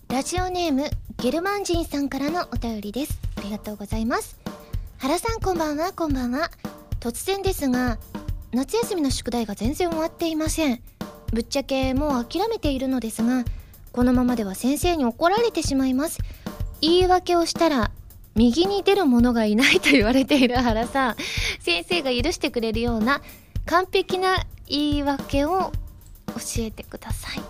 ラジオネームゲルマン人さんからのお便りです。ありがとうございます。原さん、こんばんは。こんばんは。突然ですが、夏休みの宿題が全然終わっていません。ぶっちゃけもう諦めているのですが、このままでは先生に怒られてしまいます。言い訳をしたら右に出る者がいないと言われている原さん、先生が許してくれるような完璧な言い訳を教えてください。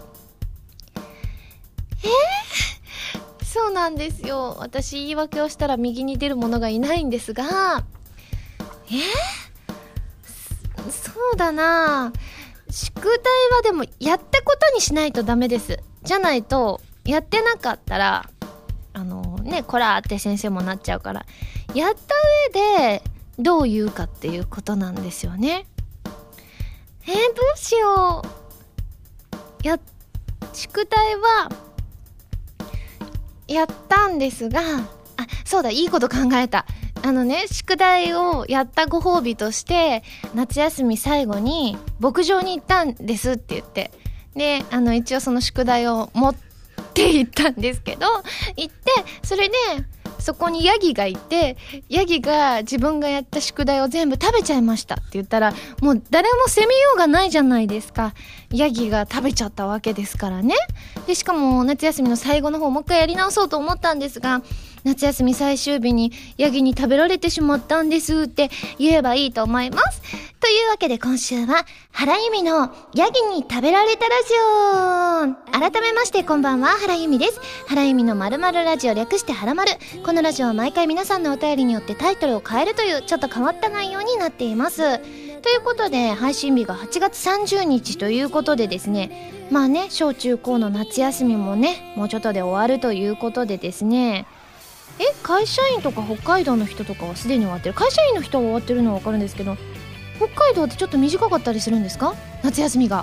そうなんですよ。私言い訳をしたら右に出る者がいないんですが、そうだな。宿題はでもやったことにしないとダメです。じゃないとやってなかったらこらーって先生もなっちゃうから、やった上でどう言うかっていうことなんですよね。どうしよう。宿題はやったんですが、そうだ、いいこと考えた。宿題をやったご褒美として夏休み最後に牧場に行ったんですって言って、で一応その宿題を持って行ったんですけど、行ってそれでそこにヤギがいて、ヤギが自分がやった宿題を全部食べちゃいましたって言ったら、もう誰も責めようがないじゃないですか。ヤギが食べちゃったわけですからね。でしかも夏休みの最後の方もう一回やり直そうと思ったんですが、夏休み最終日にヤギに食べられてしまったんですって言えばいいと思います。というわけで今週は原由美のヤギに食べられたラジオ。改めましてこんばんは、原由美です。原由美の〇〇ラジオ、略して原〇。このラジオは毎回皆さんのお便りによってタイトルを変えるというちょっと変わった内容になっています。ということで配信日が8月30日ということでですね、小中高の夏休みもね、もうちょっとで終わるということでですね、会社員とか北海道の人とかはすでに終わってる。会社員の人は終わってるのは分かるんですけど、北海道ってちょっと短かったりするんですか、夏休みが。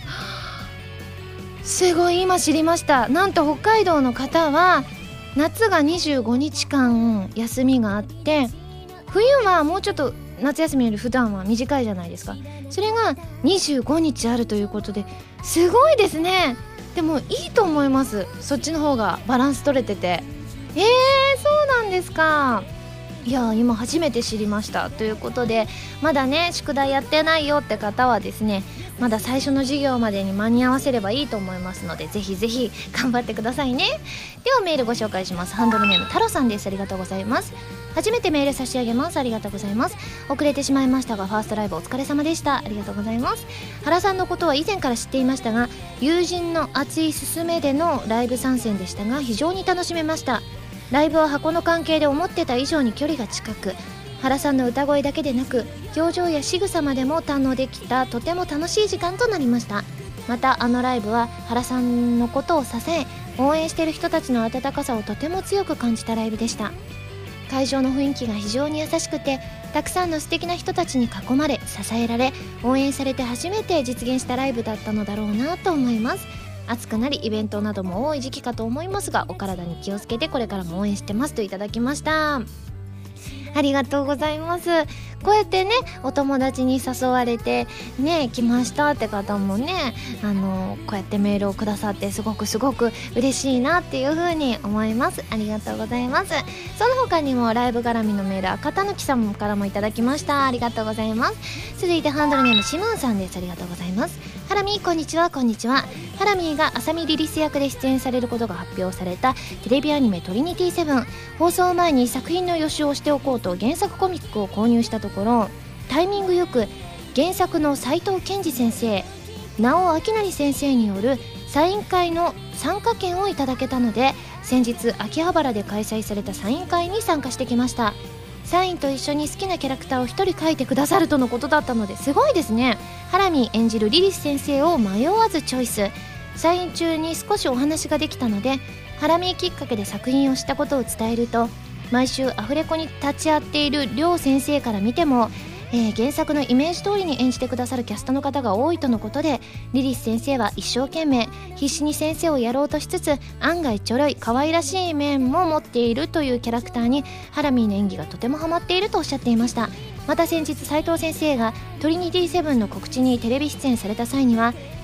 すごい、今知りました。なんと北海道の方は夏が25日間休みがあって、冬はもうちょっと夏休みより普段は短いじゃないですか。それが25日あるということで、すごいですね。でもいいと思います。そっちの方がバランス取れてて。そうなんですか。いや、今初めて知りました。ということで、まだね宿題やってないよって方はですね、まだ最初の授業までに間に合わせればいいと思いますので、ぜひぜひ頑張ってくださいね。ではメールご紹介します。ハンドルネーム太郎さんです。ありがとうございます。初めてメール差し上げます。ありがとうございます。遅れてしまいましたがファーストライブお疲れ様でした。ありがとうございます。原さんのことは以前から知っていましたが、友人の熱い勧めでのライブ参戦でしたが、非常に楽しめました。ライブは箱の関係で思ってた以上に距離が近く、原さんの歌声だけでなく表情や仕草までも堪能できた、とても楽しい時間となりました。またライブは原さんのことを支え応援している人たちの温かさをとても強く感じたライブでした。会場の雰囲気が非常に優しくて、たくさんの素敵な人たちに囲まれ支えられ応援されて初めて実現したライブだったのだろうなと思います。暑くなりイベントなども多い時期かと思いますが、お体に気をつけてこれからも応援してますといただきました。ありがとうございます。こうやってね、お友達に誘われてね来ましたって方もね、こうやってメールをくださってすごく嬉しいなっていう風に思います。ありがとうございます。その他にもライブ絡みのメール、赤たぬきさんからもいただきました。ありがとうございます。続いてハンドルネームシムーンさんです。ありがとうございます。ハラミーこんにちは。こんにちは。ハラミーが浅見リリス役で出演されることが発表されたテレビアニメトリニティセブン、放送前に作品の予習をしておこうと原作コミックを購入したところ、タイミングよく原作の斉藤健二先生、直尾明成先生によるサイン会の参加券をいただけたので、先日秋葉原で開催されたサイン会に参加してきました。サインと一緒に好きなキャラクターを一人描いてくださるとのことだったので、すごいですね。ハラミ演じるリリス先生を迷わずチョイス。サイン中に少しお話ができたので、ハラミきっかけで作品をしたことを伝えると、毎週アフレコに立ち会っている両先生から見ても、原作のイメージ通りに演じてくださるキャストの方が多いとのことで、リリス先生は一生懸命必死に先生をやろうとしつつ、案外ちょろい可愛らしい面も持っているというキャラクターにハラミーの演技がとてもハマっているとおっしゃっていました。また先日斉藤先生がトリニティセブンの告知にテレビ出演された際には、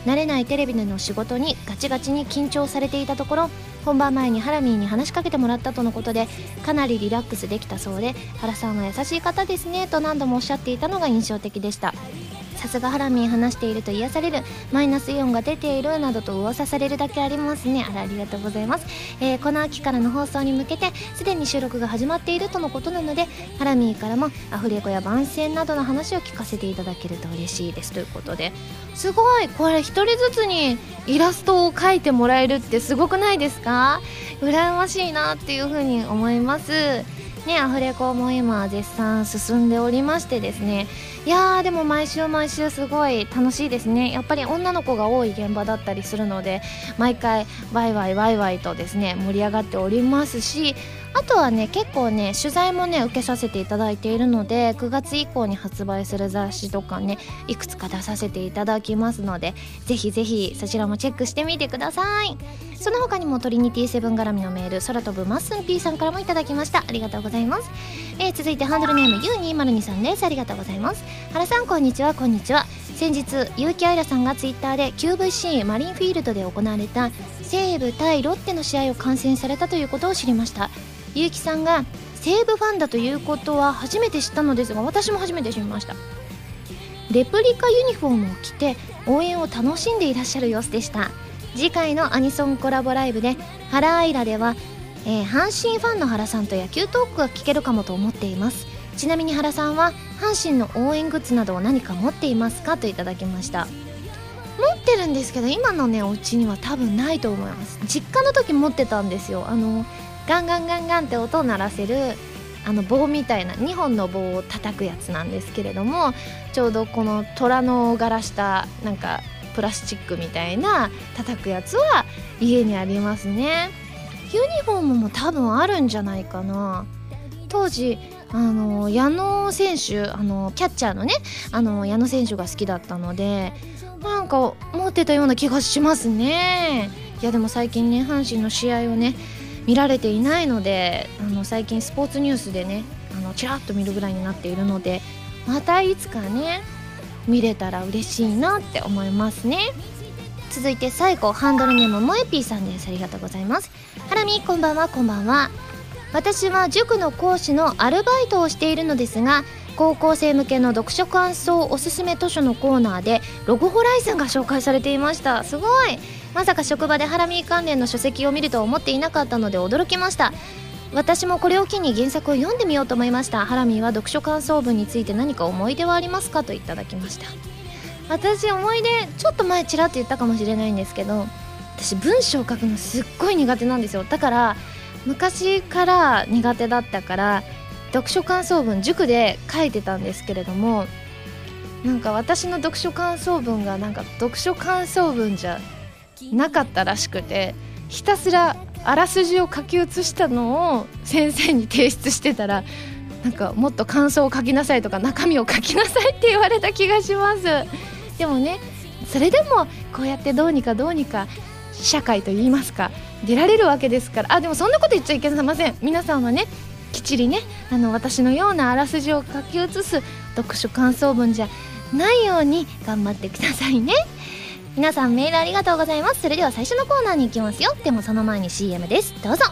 慣れないテレビでの仕事にガチガチに緊張されていたところ、本番前にハラミーに話しかけてもらったとのことで、かなりリラックスできたそうで、原さんは優しい方ですねと何度もおっしゃっていたのが印象的でした。さすがハラミー、話していると癒される、マイナスイオンが出ているなどと噂されるだけありますね。ありがとうございます。この秋からの放送に向けてすでに収録が始まっているとのことなので、ハラミーからもアフレコや番宣などの話を聞かせていただけると嬉しいですということで、すごい、これ一人ずつにイラストを描いてもらえるってすごくないですか？羨ましいなっていうふうに思いますね。アフレコも今絶賛進んでおりましてですね、いやーでも毎週毎週すごい楽しいですね。やっぱり女の子が多い現場だったりするので、毎回ワイワイワイワイとですね盛り上がっておりますし、あとはね結構ね取材もね受けさせていただいているので、9月以降に発売する雑誌とかねいくつか出させていただきますので、ぜひぜひそちらもチェックしてみてください。その他にもトリニティセブン絡みのメール、空飛ぶマッスン P さんからもいただきました。ありがとうございます。続いてハンドルネーム U202 さんです。ありがとうございます。原さんこんにちは。こんにちは。先日結城愛らさんがツイッターで QVC マリンフィールドで行われた西武対ロッテの試合を観戦されたということを知りました。結城さんが西武ファンだということは初めて知ったのですが、私も初めて知りました。レプリカユニフォームを着て応援を楽しんでいらっしゃる様子でした。次回のアニソンコラボライブで原愛らでは、阪神ファンの原さんと野球トークが聞けるかもと思っています。ちなみに原さんは阪神の応援グッズなどを何か持っていますかといただきました。持ってるんですけど今のねお家には多分ないと思います。実家の時持ってたんですよ。ガンガンガンガンって音を鳴らせる棒みたいな2本の棒を叩くやつなんですけれども、ちょうどこの虎の柄したなんかプラスチックみたいな叩くやつは家にありますね。ユニフォームも多分あるんじゃないかな。当時矢野選手キャッチャーのね矢野選手が好きだったので、なんか持ってたような気がしますね。いやでも最近ね阪神の試合をね見られていないので、最近スポーツニュースでねちらっと見るぐらいになっているので、またいつかね見れたら嬉しいなって思いますね。続いて最後ハンドルネームもえぴーさんです。ありがとうございます。ハラミこんばんは。こんばんは。私は塾の講師のアルバイトをしているのですが、高校生向けの読書感想おすすめ図書のコーナーでロゴホライズンが紹介されていました。すごい。まさか職場でハラミ関連の書籍を見るとは思っていなかったので驚きました。私もこれを機に原作を読んでみようと思いました。ハラミは読書感想文について何か思い出はありますかといただきました。私思い出ちょっと前ちらっと言ったかもしれないんですけど、私文章を書くのすっごい苦手なんですよ。だから昔から苦手だったから読書感想文塾で書いてたんですけれども、なんか私の読書感想文がなんか読書感想文じゃなかったらしくて、ひたすらあらすじを書き写したのを先生に提出してたら、なんかもっと感想を書きなさいとか中身を書きなさいって言われた気がします。でもね、それでもこうやってどうにか社会といいますか出られるわけですから。でもそんなこと言っちゃいけません。皆さんはねきっちりね私のようなあらすじを書き写す読書感想文じゃないように頑張ってくださいね。皆さんメールありがとうございます。それでは最初のコーナーに行きますよ。でもその前に CM です。どうぞ。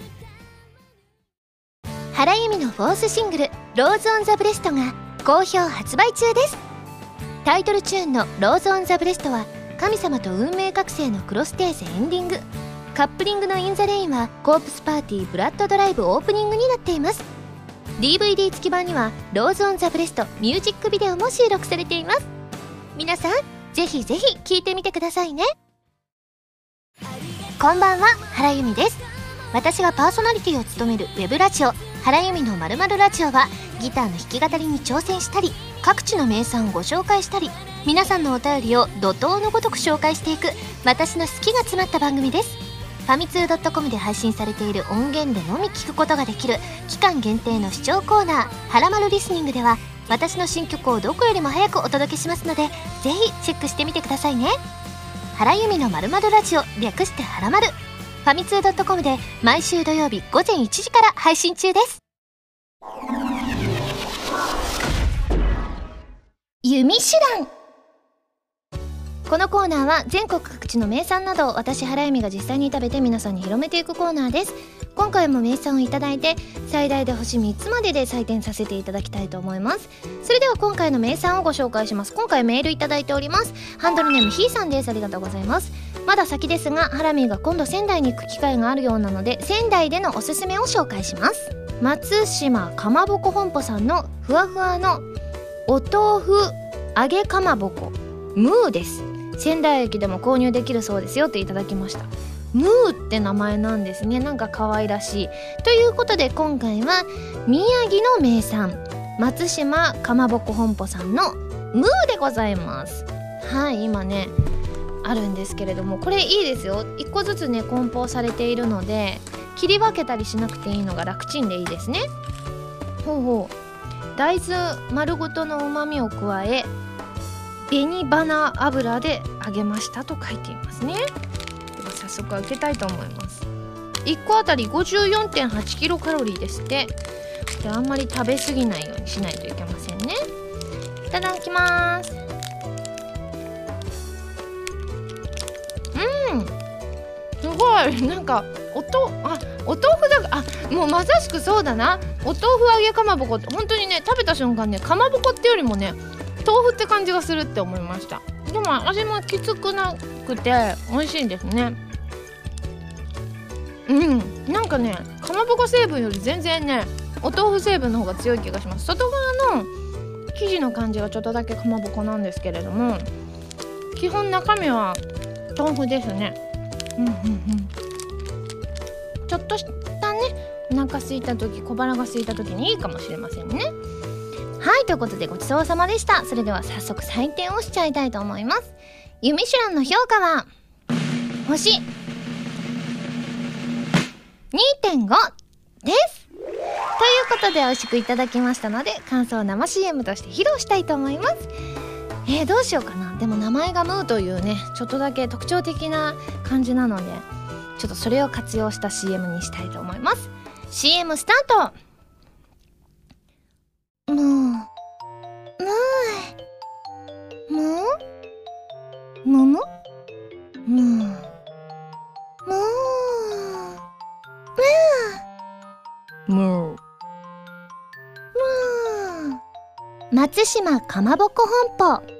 原由美のフォースシングルローズオンザブレストが好評発売中です。タイトルチューンのローズオンザブレストは神様と運命覚醒のクロステーゼエンディング、カップリングのインザレインはコープスパーティーブラッドドライブオープニングになっています。 DVD 付き版にはローズオンザブレストミュージックビデオも収録されています。皆さんぜひぜひ聴いてみてくださいね。こんばんは、原由美です。私がパーソナリティを務めるウェブラジオ原由美の〇〇ラジオはギターの弾き語りに挑戦したり、各地の名産をご紹介したり、皆さんのお便りを怒涛のごとく紹介していく私の好きが詰まった番組です。ファミツー .com で配信されている音源でのみ聞くことができる期間限定の視聴コーナーはらまるリスニングでは私の新曲をどこよりも早くお届けしますので、ぜひチェックしてみてくださいね。原由美の〇〇ラジオ略してはらまる、ファミツー .com で毎週土曜日午前1時から配信中です。弓手段。 このコーナーは全国各地の名産などを私原由美が実際に食べて皆さんに広めていくコーナーです。今回も名産をいただいて最大で星3つまでで採点させていただきたいと思います。それでは今回の名産をご紹介します。今回メールいただいております。ハンドルネームひーさんです。ありがとうございます。まだ先ですがハラミーが今度仙台に行く機会があるようなので仙台でのおすすめを紹介します。松島かまぼこ本舗さんのふわふわのお豆腐揚げかまぼこムーです。仙台駅でも購入できるそうですよといただきました。ムーって名前なんですね。なんか可愛らしいということで今回は宮城の名産松島かまぼこ本舗さんのムーでございます。はい、今ねあるんですけれども、これいいですよ。1個ずつね梱包されているので切り分けたりしなくていいのが楽ちんでいいですね。ほうほう。大豆丸ごとのうまみを加え紅花油で揚げましたと書いていますね。では早速開けたいと思います。1個あたり 54.8 キロカロリーですって。であんまり食べ過ぎないようにしないといけませんね。いただきます。すごいなんかお豆腐だ。もうまさしくそうだな。お豆腐揚げかまぼこって本当にね食べた瞬間ねかまぼこってよりもね豆腐って感じがするって思いました。でも味もきつくなくて美味しいですね。なんかねかまぼこ成分より全然ねお豆腐成分の方が強い気がします。外側の生地の感じがちょっとだけかまぼこなんですけれども基本中身は豆腐ですね。ちょっとしたねお腹空いた時小腹が空いた時にいいかもしれませんね。はい、ということでごちそうさまでした。それでは早速採点をしちゃいたいと思います。ユミシュランの評価は星 2.5 です。ということで美味しくいただきましたので感想を生 CM として披露したいと思います。どうしようかな。でも名前がムーというねちょっとだけ特徴的な感じなのでちょっとそれを活用した CM にしたいと思います。 CM スタート。松島かまぼこ本舗。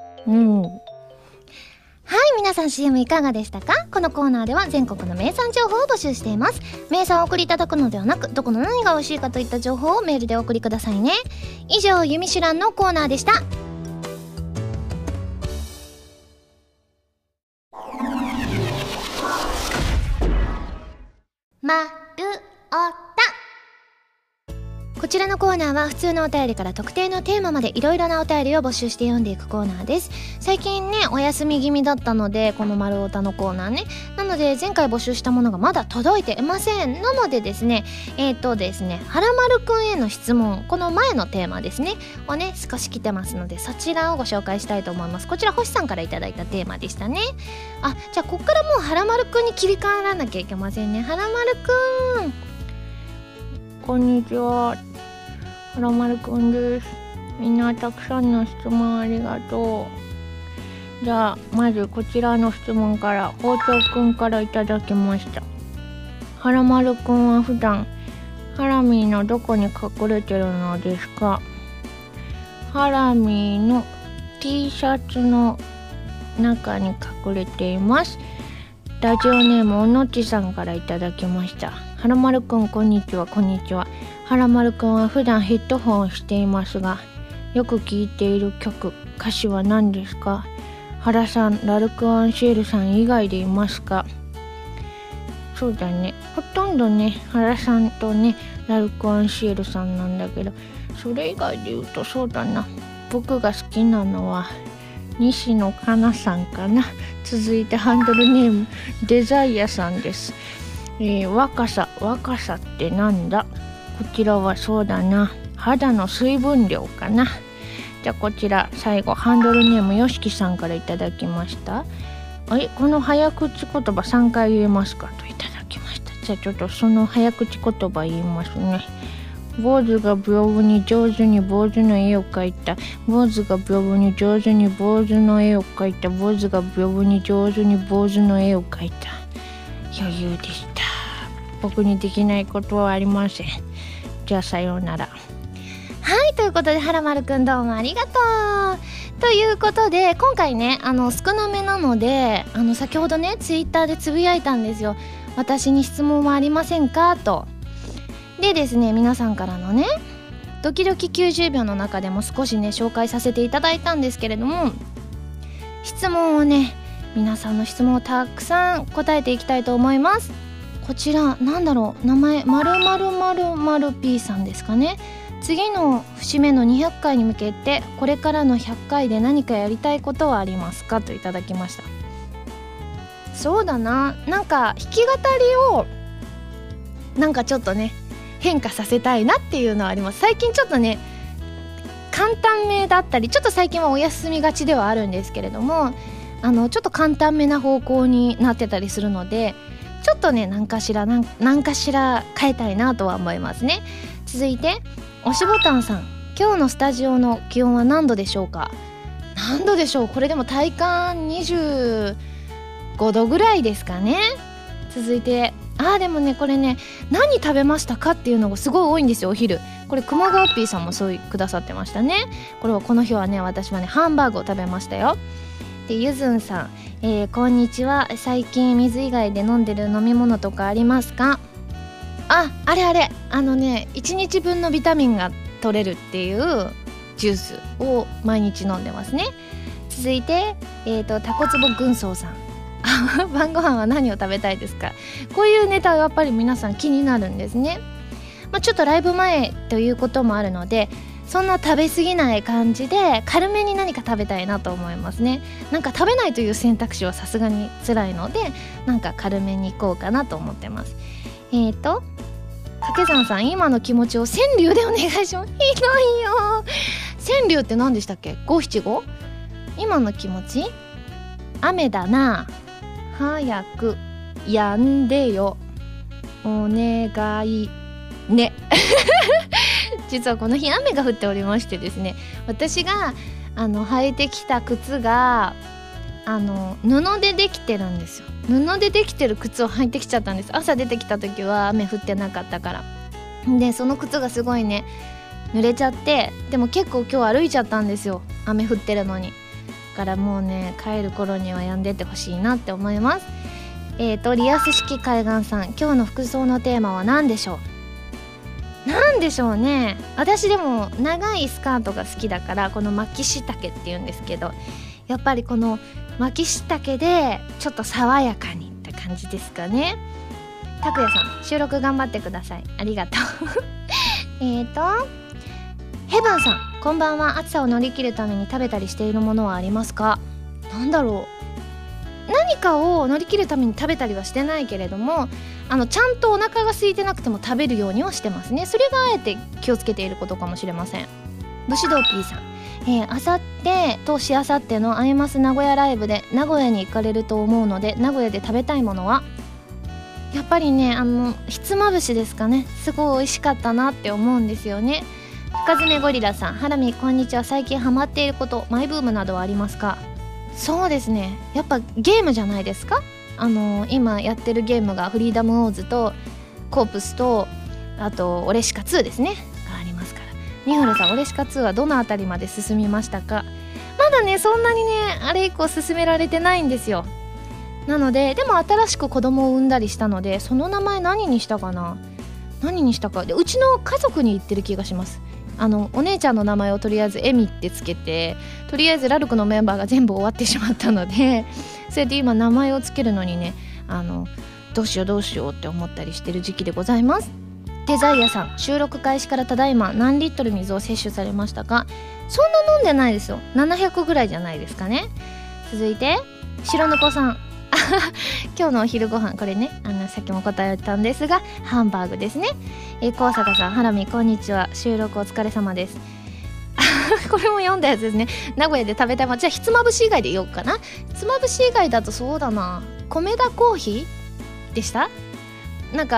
はい、皆さん CM いかがでしたか？このコーナーでは全国の名産情報を募集しています。名産を送りいただくのではなくどこの何が美味しいかといった情報をメールでお送りくださいね。以上ユミシュランのコーナーでした。まるおた。こちらのコーナーは普通のお便りから特定のテーマまでいろいろなお便りを募集して読んでいくコーナーです。最近ねお休み気味だったのでこのまるおたのコーナーねなので前回募集したものがまだ届いていません。なのでですねはらまるくんへの質問この前のテーマですねをね少し来てますのでそちらをご紹介したいと思います。こちら星さんからいただいたテーマでしたね。じゃあこっからもうはらまるくんに切り替わらなきゃいけませんね。はらまるくんこんにちは、はらまるくんです。みんなたくさんの質問ありがとう。じゃあまずこちらの質問から包丁くんからいただきました。はらまるくんは普段ハラミーのどこに隠れてるのですか？ハラミーの T シャツの中に隠れています。ラジオネームおのちさんからいただきました。はらまるくんこんにちは。こんにちは。はらまるくんは普段ヘッドホンをしていますがよく聴いている曲歌詞は何ですか？原さん、ラルク・アンシエルさん以外でいますか？そうだね、ほとんどね原さんとねラルク・アンシエルさんなんだけどそれ以外で言うとそうだな僕が好きなのは西野カナさんかな。続いてハンドルネームデザイアさんです。若さってなんだ？こちらはそうだな肌の水分量かな。じゃあこちら最後ハンドルネームよしきさんからいただきました。この早口言葉3回言えますかといただきました。じゃあちょっとその早口言葉言いますね。 坊主が屏風に上手に坊主の絵を描いた。坊主が屏風に上手に坊主の絵を描いた。坊主が屏風に上手に坊主の絵を描いた。余裕でした。僕にできないことはありません。じゃあさようなら。はい、ということではらまるくんどうもありがとう。ということで今回ね少なめなので先ほどねツイッターでつぶやいたんですよ。私に質問はありませんかと。でですね、皆さんからのねドキドキ90秒の中でも少しね紹介させていただいたんですけれども、質問をね皆さんの質問をたくさん答えていきたいと思います。こちらなんだろう、名前○○○Pさんですかね。次の節目の200回に向けてこれからの100回で何かやりたいことはありますかといただきました。そうだな、なんか弾き語りをなんかちょっとね変化させたいなっていうのはあります。最近ちょっとね簡単めだったり、ちょっと最近はお休みがちではあるんですけれどもちょっと簡単めな方向になってたりするので、ちょっとね何かしら変えたいなとは思いますね。続いて押しボタンさん、今日のスタジオの気温は何度でしょうか。何度でしょう。これでも体感25度ぐらいですかね。続いてでもねこれね何食べましたかっていうのがすごい多いんですよ。お昼これ熊川 P さんもそうくださってましたね。この日はね私はねハンバーグを食べましたよ。でゆずんさん、こんにちは。最近水以外で飲んでる飲み物とかありますか。あれ1日分のビタミンが取れるっていうジュースを毎日飲んでますね。続いてタコツボ軍曹さん晩ご飯は何を食べたいですか。こういうネタはやっぱり皆さん気になるんですね。ちょっとライブ前ということもあるのでそんな食べ過ぎない感じで軽めに何か食べたいなと思いますね。なんか食べないという選択肢はさすがに辛いのでなんか軽めにいこうかなと思ってます。掛け算さん、今の気持ちを川柳でお願いします。ひどいよ。川柳って何でしたっけ。五七五。今の気持ち、雨だな早く止んでよお願いね実はこの日雨が降っておりましてですね、私が履いてきた靴が布でできてるんですよ。布でできてる靴を履いてきちゃったんです。朝出てきた時は雨降ってなかったから。でその靴がすごいね濡れちゃって、でも結構今日歩いちゃったんですよ、雨降ってるのに。だからもうね帰る頃には止んでってほしいなって思います。リアス式海岸さん、今日の服装のテーマは何でしょう。なんでしょうね。私でも長いスカートが好きだからこの巻き下丈っていうんですけど、やっぱりこの巻き下丈でちょっと爽やかにって感じですかね。たくやさん、収録頑張ってください。ありがとうヘブンさん、こんばんは。暑さを乗り切るために食べたりしているものはありますか。なんだろう、何かを乗り切るために食べたりはしてないけれどもちゃんとお腹が空いてなくても食べるようにはしてますね。それがあえて気をつけていることかもしれません。武士道 P さん、あさってとしあさってのアイマス名古屋ライブで名古屋に行かれると思うので、名古屋で食べたいものはやっぱりねひつまぶしですかね。すごい美味しかったなって思うんですよね。深爪ゴリラさん、ハラミこんにちは。最近ハマっていること、マイブームなどはありますか。そうですね、やっぱゲームじゃないですか。今やってるゲームがフリーダムオーズとコープスとあとオレシカ2ですねがありますから。ニフルさん、オレシカ2はどのあたりまで進みましたか。まだねそんなにねあれ以降進められてないんですよ。なのででも新しく子供を産んだりしたので、その名前何にしたかでうちの家族に言ってる気がします。お姉ちゃんの名前をとりあえずエミってつけて、とりあえずラルクのメンバーが全部終わってしまったのでそれで今名前をつけるのにねどうしようって思ったりしてる時期でございます。デザイアさん、収録開始からただいま何リットル水を摂取されましたか。そんな飲んでないですよ。700ぐらいじゃないですかね。続いて白猫さん今日のお昼ご飯これねさっきも答えたんですがハンバーグですね。高坂さん、ハラミこんにちは。収録お疲れ様ですこれも読んだやつですね。名古屋で食べたいもの、じゃあひつまぶし以外で言おうかな。ひつまぶし以外だとそうだな、米田コーヒーでした。なんか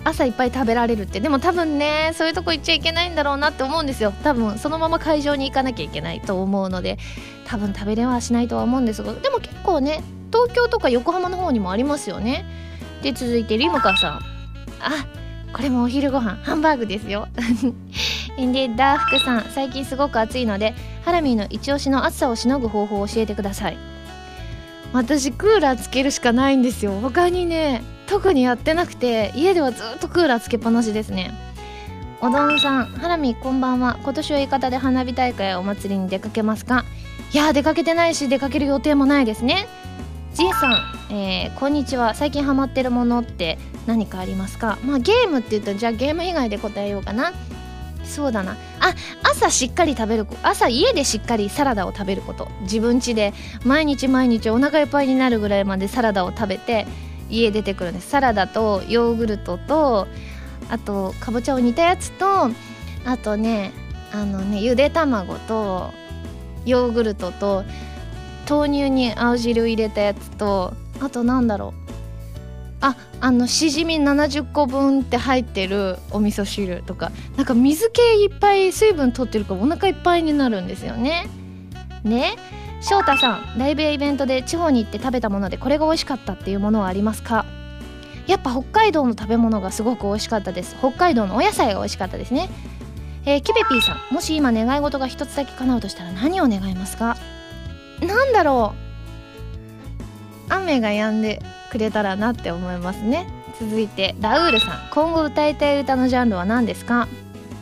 朝いっぱい食べられるって。でも多分ねそういうとこ行っちゃいけないんだろうなって思うんですよ。多分そのまま会場に行かなきゃいけないと思うので、多分食べれはしないとは思うんですが、でも結構ね東京とか横浜の方にもありますよね。で続いてリムカさん、これもお昼ご飯ハンバーグですよでダーフクさん、最近すごく暑いのでハラミーの一押しの暑さをしのぐ方法を教えてください。私クーラーつけるしかないんですよ。他にね特にやってなくて、家ではずっとクーラーつけっぱなしですね。おどんさん、ハラミこんばんは。今年は浴衣で花火大会やお祭りに出かけますか？いや出かけてないし出かける予定もないですね。ジンさん、こんにちは。最近ハマってるものって何かありますか？ゲームって言ったらじゃあゲーム以外で答えようかな。そうだな、朝しっかり食べる、朝家でしっかりサラダを食べること。自分家で毎日お腹いっぱいになるぐらいまでサラダを食べて家出てくるんです。サラダとヨーグルトと、あとかぼちゃを煮たやつと、あとねゆで卵とヨーグルトと豆乳に青汁入れたやつと、あとなんだろう、しじみ70個分って入ってるお味噌汁とか、なんか水系いっぱい水分取ってるからお腹いっぱいになるんですよね。翔太さん、ライブやイベントで地方に行って食べたものでこれが美味しかったっていうものはありますか？やっぱ北海道の食べ物がすごく美味しかったです。北海道のお野菜が美味しかったですね。キベピーさん、もし今願い事が一つだけ叶うとしたら何を願いますか？なんだろう、雨が止んでくれたらなって思いますね。続いてラウールさん、今後歌いたい歌のジャンルは何ですか？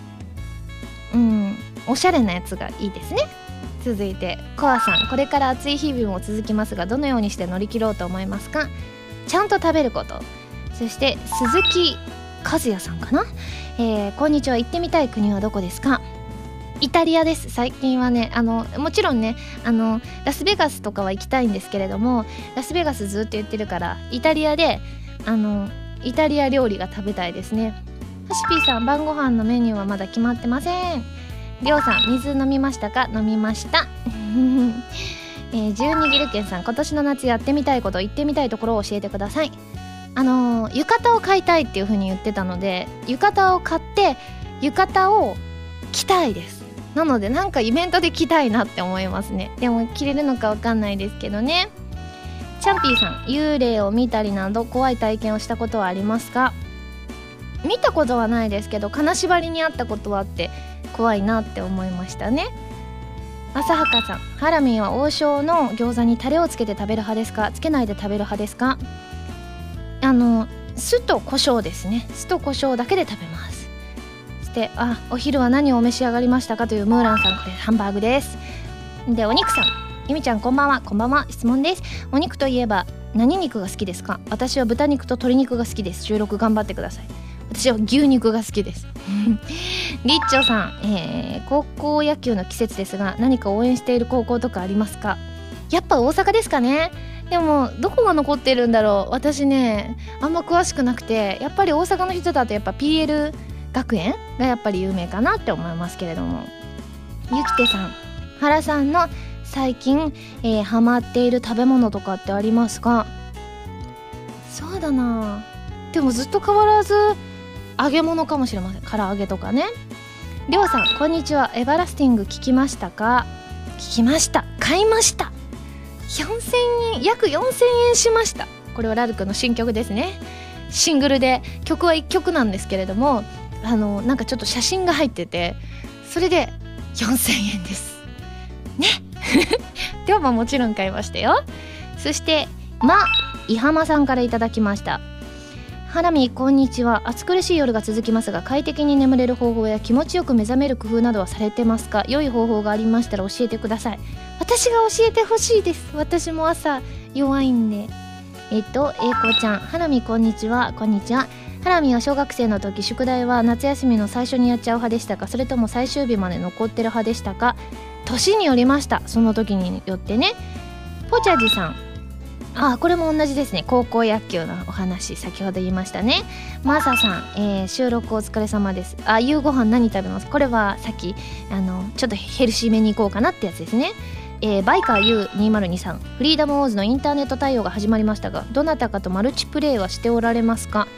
おしゃれなやつがいいですね。続いてコアさん、これから暑い日々も続きますがどのようにして乗り切ろうと思いますか？ちゃんと食べること。そして鈴木和也さんかな、こんにちは。行ってみたい国はどこですか？イタリアです。最近はねもちろんねラスベガスとかは行きたいんですけれども、ラスベガスずっと言ってるからイタリアでイタリア料理が食べたいですね。ハシピーさん、晩ご飯のメニューはまだ決まってません。りょうさん、水飲みましたか？飲みました12ギルケンさん、今年の夏やってみたいこと、行ってみたいところを教えてください。浴衣を買いたいっていう風に言ってたので、浴衣を買って浴衣を着たいです。なのでなんかイベントで着たいなって思いますね。でも着れるのかわかんないですけどね。チャンピーさん、幽霊を見たりなど怖い体験をしたことはありますか？見たことはないですけど金縛りにあったことはあって怖いなって思いましたね。浅はかさん、ハラミンは王将の餃子にタレをつけて食べる派ですか？つけないで食べる派ですか？酢と胡椒ですね。酢と胡椒だけで食べます。そしてお昼は何をお召し上がりましたかというムーランさん、これハンバーグです。でお肉さん、ゆみちゃんこんばんは。こんばんは。質問です。お肉といえば何肉が好きですか？私は豚肉と鶏肉が好きです。収録頑張ってください。私は牛肉が好きですリッチョさん、高校野球の季節ですが何か応援している高校とかありますか？やっぱ大阪ですかね。でもどこが残ってるんだろう。私ねあんま詳しくなくて、やっぱり大阪の人だとやっぱ PL 学園がやっぱり有名かなって思いますけれども。ゆきてさん、原さんの最近、ハマっている食べ物とかってありますか？そうだな、でもずっと変わらず揚げ物かもしれません。唐揚げとかね。りょうさん、こんにちは。エバラスティング聞きましたか？聞きました。買いました。約4000円しました。これはラルクの新曲ですね。シングルで曲は1曲なんですけれども、なんかちょっと写真が入ってて、それで4000円ですねでももちろん買いましたよ。そして伊浜さんからいただきました。ハラミこんにちは。暑苦しい夜が続きますが快適に眠れる方法や気持ちよく目覚める工夫などはされてますか？良い方法がありましたら教えてください。私が教えてほしいです。私も朝弱いんで。英子ちゃん、ハラミこんにちは。こんにちは。ハラミは小学生の時宿題は夏休みの最初にやっちゃう派でしたか？それとも最終日まで残ってる派でしたか？年によりました。その時によってね。ポチャジさん、これも同じですね。高校野球のお話先ほど言いましたね。マサさん、収録お疲れ様です。夕ご飯何食べます？これはさっきちょっとヘルシーめに行こうかなってやつですね。バイカー U2023 フリーダムウォーズのインターネット対応が始まりましたがどなたかとマルチプレイはしておられますか？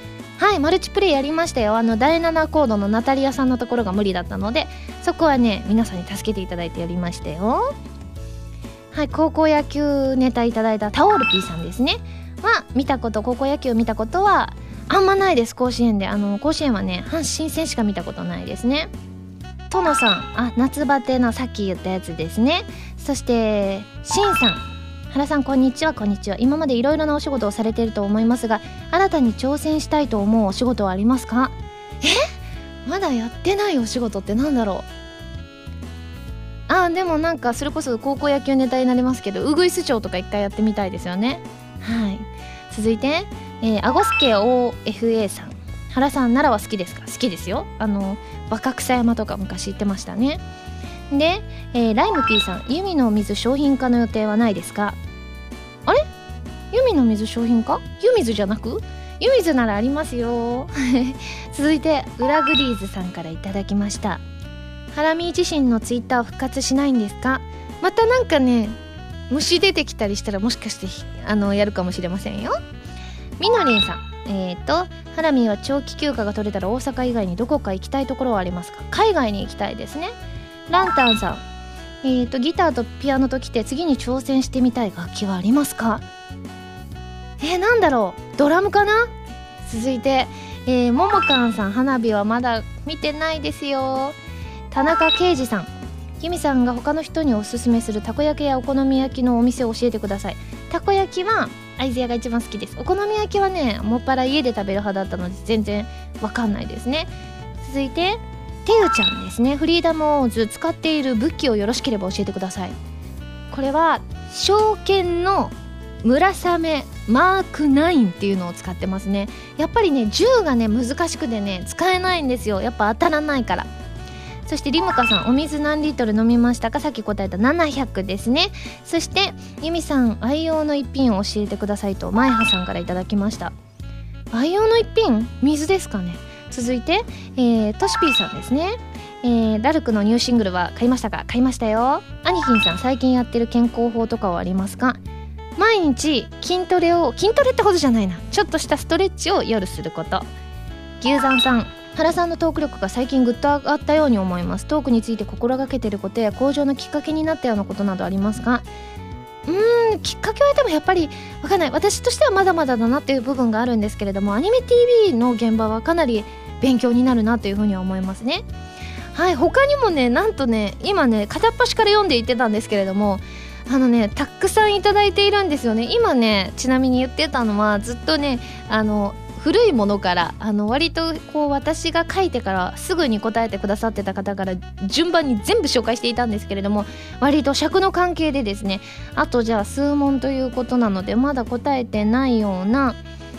はい、マルチプレイやりましたよ。第7コードのナタリアさんのところが無理だったので、そこはね皆さんに助けていただいてやりましたよ。はい、高校野球ネタいただいたタオルピーさんですねは見たこと、高校野球見たことはあんまないです。甲子園で甲子園はね阪神戦しか見たことないですね。トノさん、夏バテのさっき言ったやつですね。そしてシンさん、原さんこんにちは。こんにちは。今までいろいろなお仕事をされていると思いますが、新たに挑戦したいと思うお仕事はありますか？まだやってないお仕事ってなんだろう。でもなんかそれこそ高校野球ネタになりますけど、ウグイス町とか一回やってみたいですよね。はい。続いて、アゴスケ OFA さん、原さん奈良は好きですか？好きですよ。若草山とか昔行ってましたね。で、ライムピーさん、ユミの水商品化の予定はないですか？あれ、ユミの水商品化？湯水じゃなく湯水ならありますよ。続いてウラグリーズさんからいただきました。ハラミ自身のツイッターを復活しないんですか？またなんかね虫出てきたりしたらもしかしてやるかもしれませんよ。みのりんさん、ハラミは長期休暇が取れたら大阪以外にどこか行きたいところはありますか？海外に行きたいですね。ランタンさん、ギターとピアノときて次に挑戦してみたい楽器はありますか？なんだろう、ドラムかな。続いて、ももかんさん、花火はまだ見てないですよ。田中圭司さん、ユミさんが他の人におすすめするたこ焼きやお好み焼きのお店を教えてください。たこ焼きは会津屋が一番好きです。お好み焼きはねもっぱら家で食べる派だったので全然わかんないですね。続いててゆちゃんですね。フリーダムオーズ使っている武器をよろしければ教えてください。これは証券の村雨マーク9っていうのを使ってますね。やっぱりね銃がね難しくてね使えないんですよ。やっぱ当たらないから。そしてリムカさん、お水何リットル飲みましたか？さっき答えた700ですね。そしてユミさん、愛用の一品を教えてくださいとマイハさんからいただきました。愛用の一品、水ですかね。続いて、トシピーさんですね。ラルクのニューシングルは買いましたか？買いましたよ。アニキンさん、最近やってる健康法とかはありますか？毎日筋トレってことじゃないな、ちょっとしたストレッチを夜すること。牛山さん、原さんのトーク力が最近ぐっと上がったように思います。トークについて心がけていることや向上のきっかけになったようなことなどありますか？きっかけはでもやっぱりわかんない。私としてはまだまだだなっていう部分があるんですけれども、アニメ TV の現場はかなり勉強になるなというふうには思いますね。はい、他にもね、なんとね今ね片っ端から読んでいってたんですけれども、たくさんいただいているんですよね。今ねちなみに言ってたのはずっとね古いものから割とこう私が書いてからすぐに答えてくださってた方から順番に全部紹介していたんですけれども、割と尺の関係でですね、あとじゃあ数問ということなのでまだ答えてないような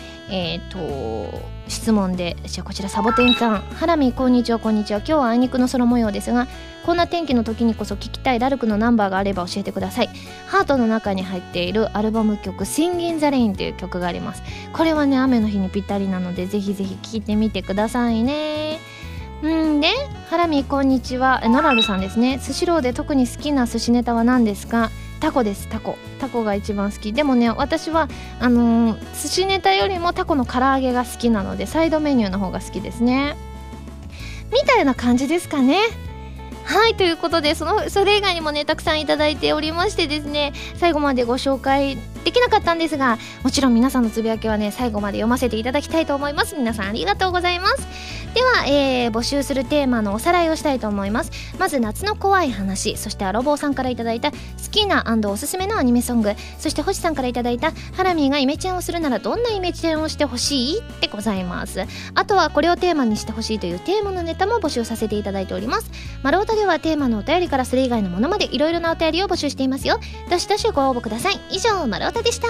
質問で、じゃあこちらサボテンさん、ハラミこんにちは。こんにちは。今日はあいにくの空模様ですが、こんな天気の時にこそ聴きたいラルクのナンバーがあれば教えてください。ハートの中に入っているアルバム曲 Sing in the Rain という曲があります。これはね雨の日にぴったりなのでぜひぜひ聴いてみてくださいね。で、ハラミこんにちは。ノラルさんですね。スシローで特に好きな寿司ネタは何ですか？タコです。タコが一番好き。でもね私は寿司ネタよりもタコの唐揚げが好きなのでサイドメニューの方が好きですね、みたいな感じですかね。はい、ということでそれ以外にもねたくさんいただいておりましてですね、最後までご紹介できなかったんですが、もちろん皆さんのつぶやきはね最後まで読ませていただきたいと思います。皆さんありがとうございます。では、募集するテーマのおさらいをしたいと思います。まず夏の怖い話、そしてアロボーさんからいただいた好きな&おすすめのアニメソング、そして星さんからいただいたハラミーがイメチェンをするならどんなイメチェンをしてほしいってございます。あとはこれをテーマにしてほしいというテーマのネタも募集させていただいております。マロータではテーマのお便りからそれ以外のものまでいろいろなお便りを募集していますよ。どしどしご応募ください。以上マロータでした。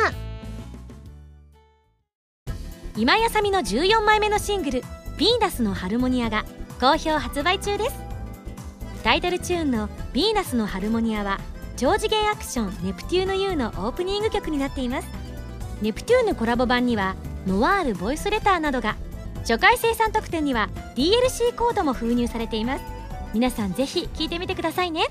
今井あさみの14枚目のシングル「ヴィーナスのハルモニア」が好評発売中です。タイトルチューンの「ヴィーナスのハルモニア」は超次元アクション「ネプテューヌ U」のオープニング曲になっています。ネプテューヌコラボ版にはノワールボイスレターなどが、初回生産特典には DLC コードも封入されています。皆さんぜひ聴いてみてくださいね。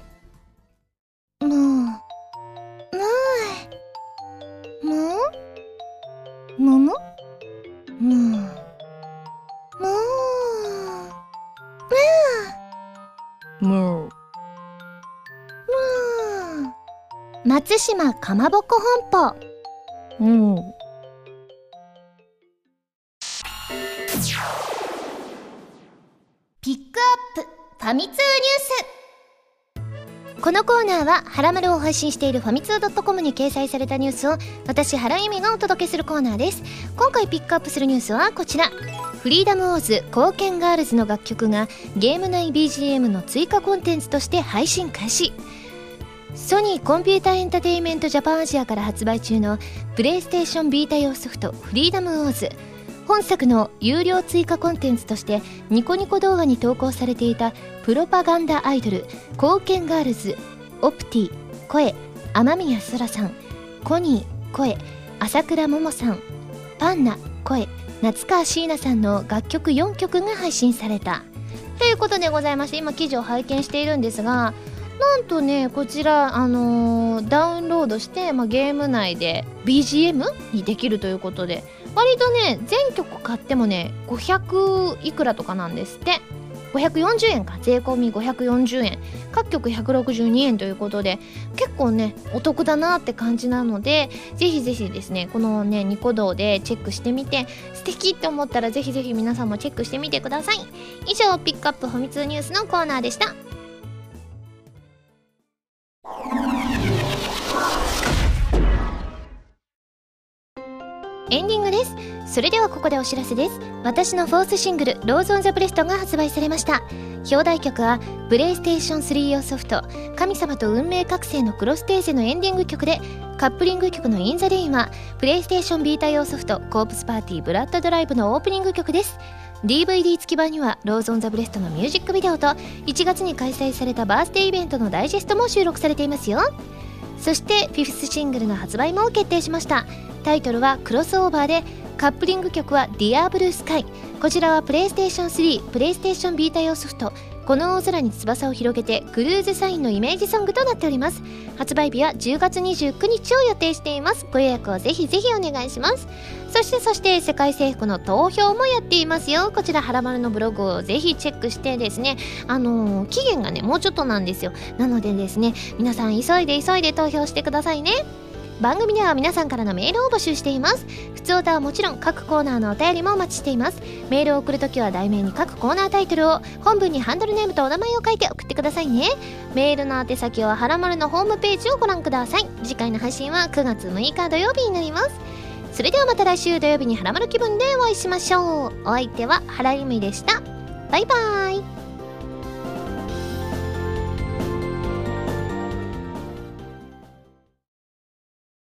もう松島かまぼこ本舗。ピックアップファミ通ニュース。このコーナーはハラマルを配信しているファミツー .com に掲載されたニュースを私原由美がお届けするコーナーです。今回ピックアップするニュースはこちら。フリーダムウォーズ貢献ガールズの楽曲がゲーム内 BGM の追加コンテンツとして配信開始。ソニーコンピューターエンタテインメントジャパンアジアから発売中のプレイステーションビータ用ソフトフリーダムウォーズ。本作の有料追加コンテンツとしてニコニコ動画に投稿されていたプロパガンダアイドル貢献ガールズ、オプティ声、雨宮そらさん、コニー声、朝倉桃さん、パンナ声、夏川椎菜さんの楽曲4曲が配信されたということでございまして、今記事を拝見しているんですが、なんとねこちら、ダウンロードして、ゲーム内で BGM にできるということで、割とね全曲買ってもね500いくらとかなんですって。540円か、税込み540円、各曲162円ということで結構ねお得だなって感じなので、ぜひぜひですねこのねニコ動でチェックしてみて、素敵って思ったらぜひぜひ皆さんもチェックしてみてください。以上ピックアップファミ通ニュースのコーナーでした。エンディングです。それではここでお知らせです。私のフォースシングルローズオンザブレストが発売されました。表題曲はプレイステーション3用ソフト神様と運命覚醒のクロステーゼのエンディング曲で、カップリング曲のインザレインはプレイステーションビータ用ソフトコープスパーティーブラッドドライブのオープニング曲です。 DVD 付き版にはローズオンザブレストのミュージックビデオと1月に開催されたバースデーイベントのダイジェストも収録されていますよ。そしてフィフスシングルの発売も決定しました。タイトルはクロスオーバーで、カップリング曲は Dear Blue Sky。 こちらはプレイステーション3プレイステーションビータ用ソフトこの大空に翼を広げてクルーズサインのイメージソングとなっております。発売日は10月29日を予定しています。ご予約をぜひぜひお願いします。そして世界征服の投票もやっていますよ。こちらハラマルのブログをぜひチェックしてですね、期限がねもうちょっとなんですよ。なのでですね、皆さん急いで投票してくださいね。番組では皆さんからのメールを募集しています。普通歌はもちろん各コーナーのお便りもお待ちしています。メールを送るときは題名に各コーナータイトルを、本文にハンドルネームとお名前を書いて送ってくださいね。メールの宛先ははらまるのホームページをご覧ください。次回の配信は9月6日土曜日になります。それではまた来週土曜日にはらまる気分でお会いしましょう。お相手は原由美でした。バイバーイ。